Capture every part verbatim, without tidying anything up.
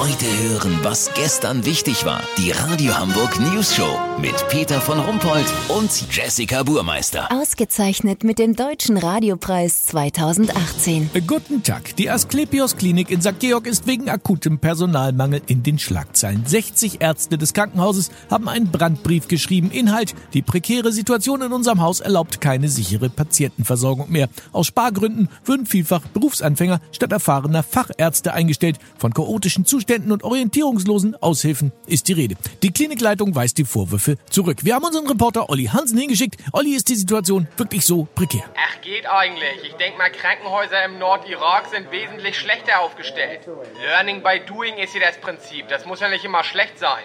Heute hören, was gestern wichtig war. Die Radio Hamburg News Show mit Peter von Rumpold und Jessica Burmeister. Ausgezeichnet mit dem Deutschen Radiopreis zweitausendachtzehn. Guten Tag. Die Asklepios Klinik in Sankt Georg ist wegen akutem Personalmangel in den Schlagzeilen. sechzig Ärzte des Krankenhauses haben einen Brandbrief geschrieben. Inhalt: Die prekäre Situation in unserem Haus erlaubt keine sichere Patientenversorgung mehr. Aus Spargründen würden vielfach Berufsanfänger statt erfahrener Fachärzte eingestellt. Von chaotischen Zuständen und orientierungslosen Aushilfen ist die Rede. Die Klinikleitung weist die Vorwürfe zurück. Wir haben unseren Reporter Olli Hansen hingeschickt. Olli, ist die Situation wirklich so prekär? Ach, geht eigentlich. Ich denke mal, Krankenhäuser im Nordirak sind wesentlich schlechter aufgestellt. Learning by doing ist hier das Prinzip. Das muss ja nicht immer schlecht sein.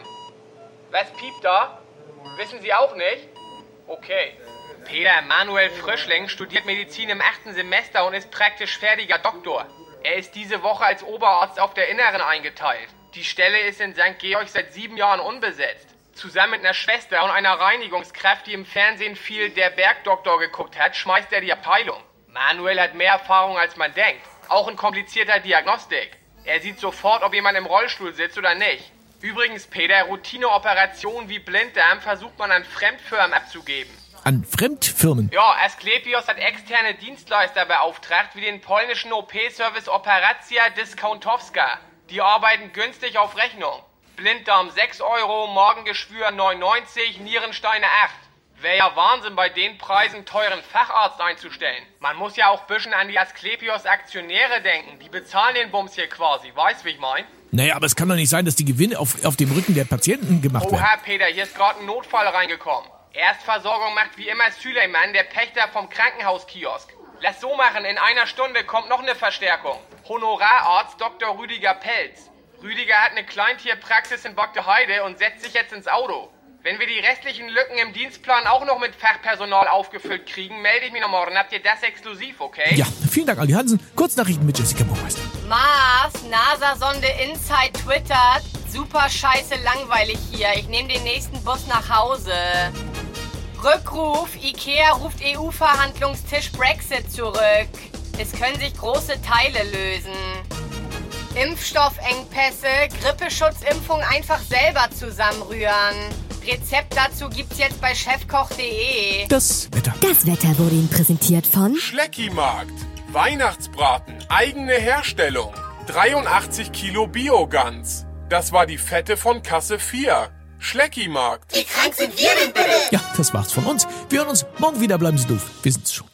Was piept da? Wissen Sie auch nicht? Okay. Peter Manuel Frischling studiert Medizin im achten Semester und ist praktisch fertiger Doktor. Er ist diese Woche als Oberarzt auf der Inneren eingeteilt. Die Stelle ist in Sankt Georg seit sieben Jahren unbesetzt. Zusammen mit einer Schwester und einer Reinigungskraft, die im Fernsehen viel Der Bergdoktor geguckt hat, schmeißt er die Abteilung. Manuel hat mehr Erfahrung, als man denkt. Auch in komplizierter Diagnostik. Er sieht sofort, ob jemand im Rollstuhl sitzt oder nicht. Übrigens, Peter, Routineoperationen wie Blinddarm versucht man an Fremdfirmen abzugeben. An Fremdfirmen? Ja, Asklepios hat externe Dienstleister beauftragt, wie den polnischen O P-Service Operacja Dyskontowska. Die arbeiten günstig auf Rechnung. Blinddarm sechs Euro, Magengeschwür neun neunzig, Nierensteine acht. Wäre ja Wahnsinn, bei den Preisen teuren Facharzt einzustellen. Man muss ja auch ein bisschen an die Asklepios Aktionäre denken. Die bezahlen den Bums hier quasi, weißt wie ich mein? Naja, aber es kann doch nicht sein, dass die Gewinne auf, auf dem Rücken der Patienten gemacht werden. Oha, Peter, hier ist gerade ein Notfall reingekommen. Erstversorgung macht wie immer Süleyman, der Pächter vom Krankenhauskiosk. Lass so machen, in einer Stunde kommt noch eine Verstärkung. Honorararzt Doktor Rüdiger Pelz. Rüdiger hat eine Kleintierpraxis in Bogdeheide und setzt sich jetzt ins Auto. Wenn wir die restlichen Lücken im Dienstplan auch noch mit Fachpersonal aufgefüllt kriegen, melde ich mich noch morgen. Habt ihr das exklusiv, okay? Ja, vielen Dank, Olli Hansen. Kurznachrichten mit Jessica Burmeister. Mars, NASA-Sonde Inside twittert: Super scheiße langweilig hier. Ich nehme den nächsten Bus nach Hause. Rückruf: Ikea ruft E U-Verhandlungstisch Brexit zurück. Es können sich große Teile lösen. Impfstoffengpässe, Grippeschutzimpfung einfach selber zusammenrühren. Rezept dazu gibt's jetzt bei chefkoch punkt de. Das Wetter. Das Wetter wurde Ihnen präsentiert von Schleckimarkt. Weihnachtsbraten, eigene Herstellung. dreiundachtzig Kilo Biogans. Das war die Fette von Kasse vier. Schleckimarkt. Wie krank sind wir denn bitte? Ja, das war's von uns. Wir hören uns morgen wieder. Bleiben Sie doof. Wir sind's schon.